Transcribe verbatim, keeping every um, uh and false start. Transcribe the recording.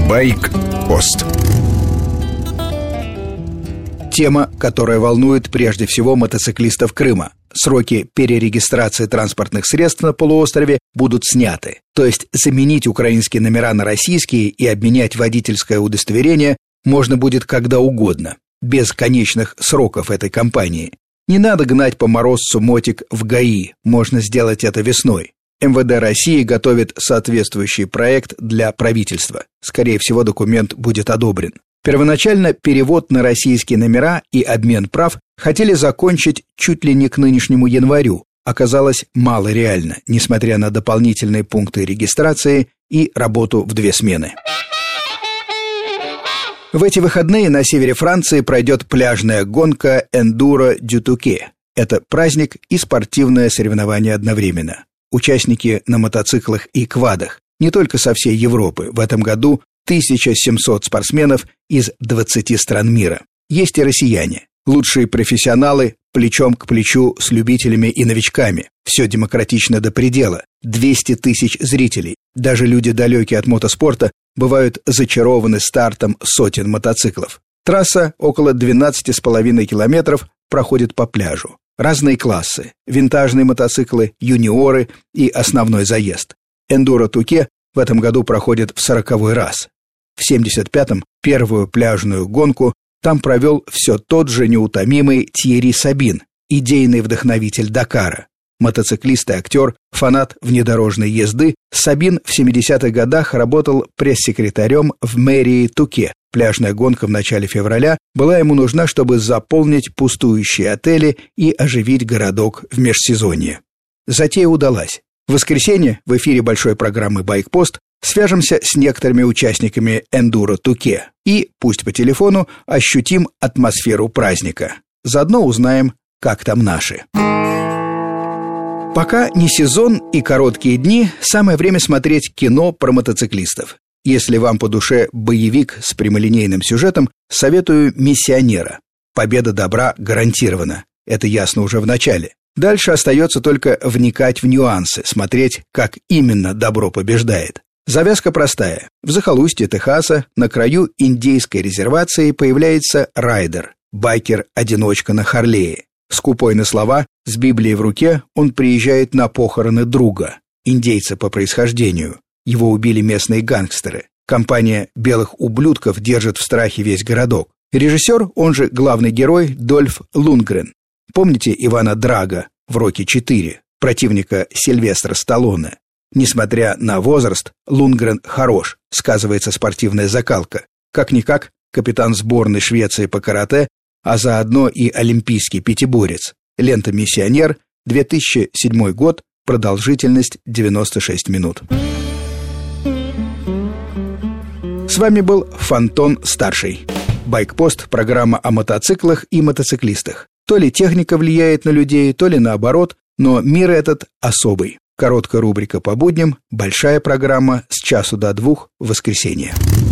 Байк-пост. Тема, которая волнует прежде всего мотоциклистов Крыма. Сроки перерегистрации транспортных средств на полуострове будут сняты. То есть заменить украинские номера на российские и обменять водительское удостоверение можно будет когда угодно, без конечных сроков этой кампании. Не надо гнать по морозцу мотик в ГАИ, можно сделать это весной. эм вэ дэ России готовит соответствующий проект для правительства. Скорее всего, документ будет одобрен. Первоначально перевод на российские номера и обмен прав хотели закончить чуть ли не к нынешнему январю. Оказалось малореально, несмотря на дополнительные пункты регистрации и работу в две смены. В эти выходные на севере Франции пройдет пляжная гонка Enduro du Touquet. Это праздник и спортивное соревнование одновременно. Участники на мотоциклах и квадах, не только со всей Европы. В этом году тысяча семьсот спортсменов из двадцати стран мира. Есть и россияне. Лучшие профессионалы плечом к плечу с любителями и новичками. Все демократично до предела. двести тысяч зрителей. Даже люди, далекие от мотоспорта, бывают зачарованы стартом сотен мотоциклов. Трасса около двенадцати с половиной километров проходит по пляжу. Разные классы – винтажные мотоциклы, юниоры и основной заезд. Enduro Touquet в этом году проходит в сороковой раз. В семьдесят пятом первую пляжную гонку там провел все тот же неутомимый Тьерри Сабин, идейный вдохновитель Дакара. Мотоциклист и актер, фанат внедорожной езды, Сабин в семидесятых годах работал пресс-секретарем в мэрии Туке. Пляжная гонка в начале февраля была ему нужна, чтобы заполнить пустующие отели и оживить городок в межсезонье. Затея удалась. В воскресенье в эфире большой программы «Байк-пост» свяжемся с некоторыми участниками Enduro Touquet и, пусть по телефону, ощутим атмосферу праздника. Заодно узнаем, как там наши. Пока не сезон и короткие дни, самое время смотреть кино про мотоциклистов. Если вам по душе боевик с прямолинейным сюжетом, советую «Миссионера». Победа добра гарантирована. Это ясно уже в начале. Дальше остается только вникать в нюансы, смотреть, как именно добро побеждает. Завязка простая. В захолустье Техаса, на краю индейской резервации, появляется райдер, байкер-одиночка на Харлее. Скупой на слова, с Библией в руке, он приезжает на похороны друга, индейца по происхождению. Его убили местные гангстеры. Компания белых ублюдков держит в страхе весь городок. Режиссер, он же главный герой, Дольф Лундгрен. Помните Ивана Драга в «Рокки четыре», противника Сильвестра Сталлоне? Несмотря на возраст, Лундгрен хорош, сказывается спортивная закалка. Как-никак, капитан сборной Швеции по карате, а заодно и олимпийский пятиборец. Лента «Миссионер», две тысячи седьмой год, продолжительность девяносто шесть минут. С вами был Фонтон-старший. Байк-пост – программа о мотоциклах и мотоциклистах. То ли техника влияет на людей, то ли наоборот, но мир этот особый. Короткая рубрика по будням, большая программа с часу до двух в воскресенье.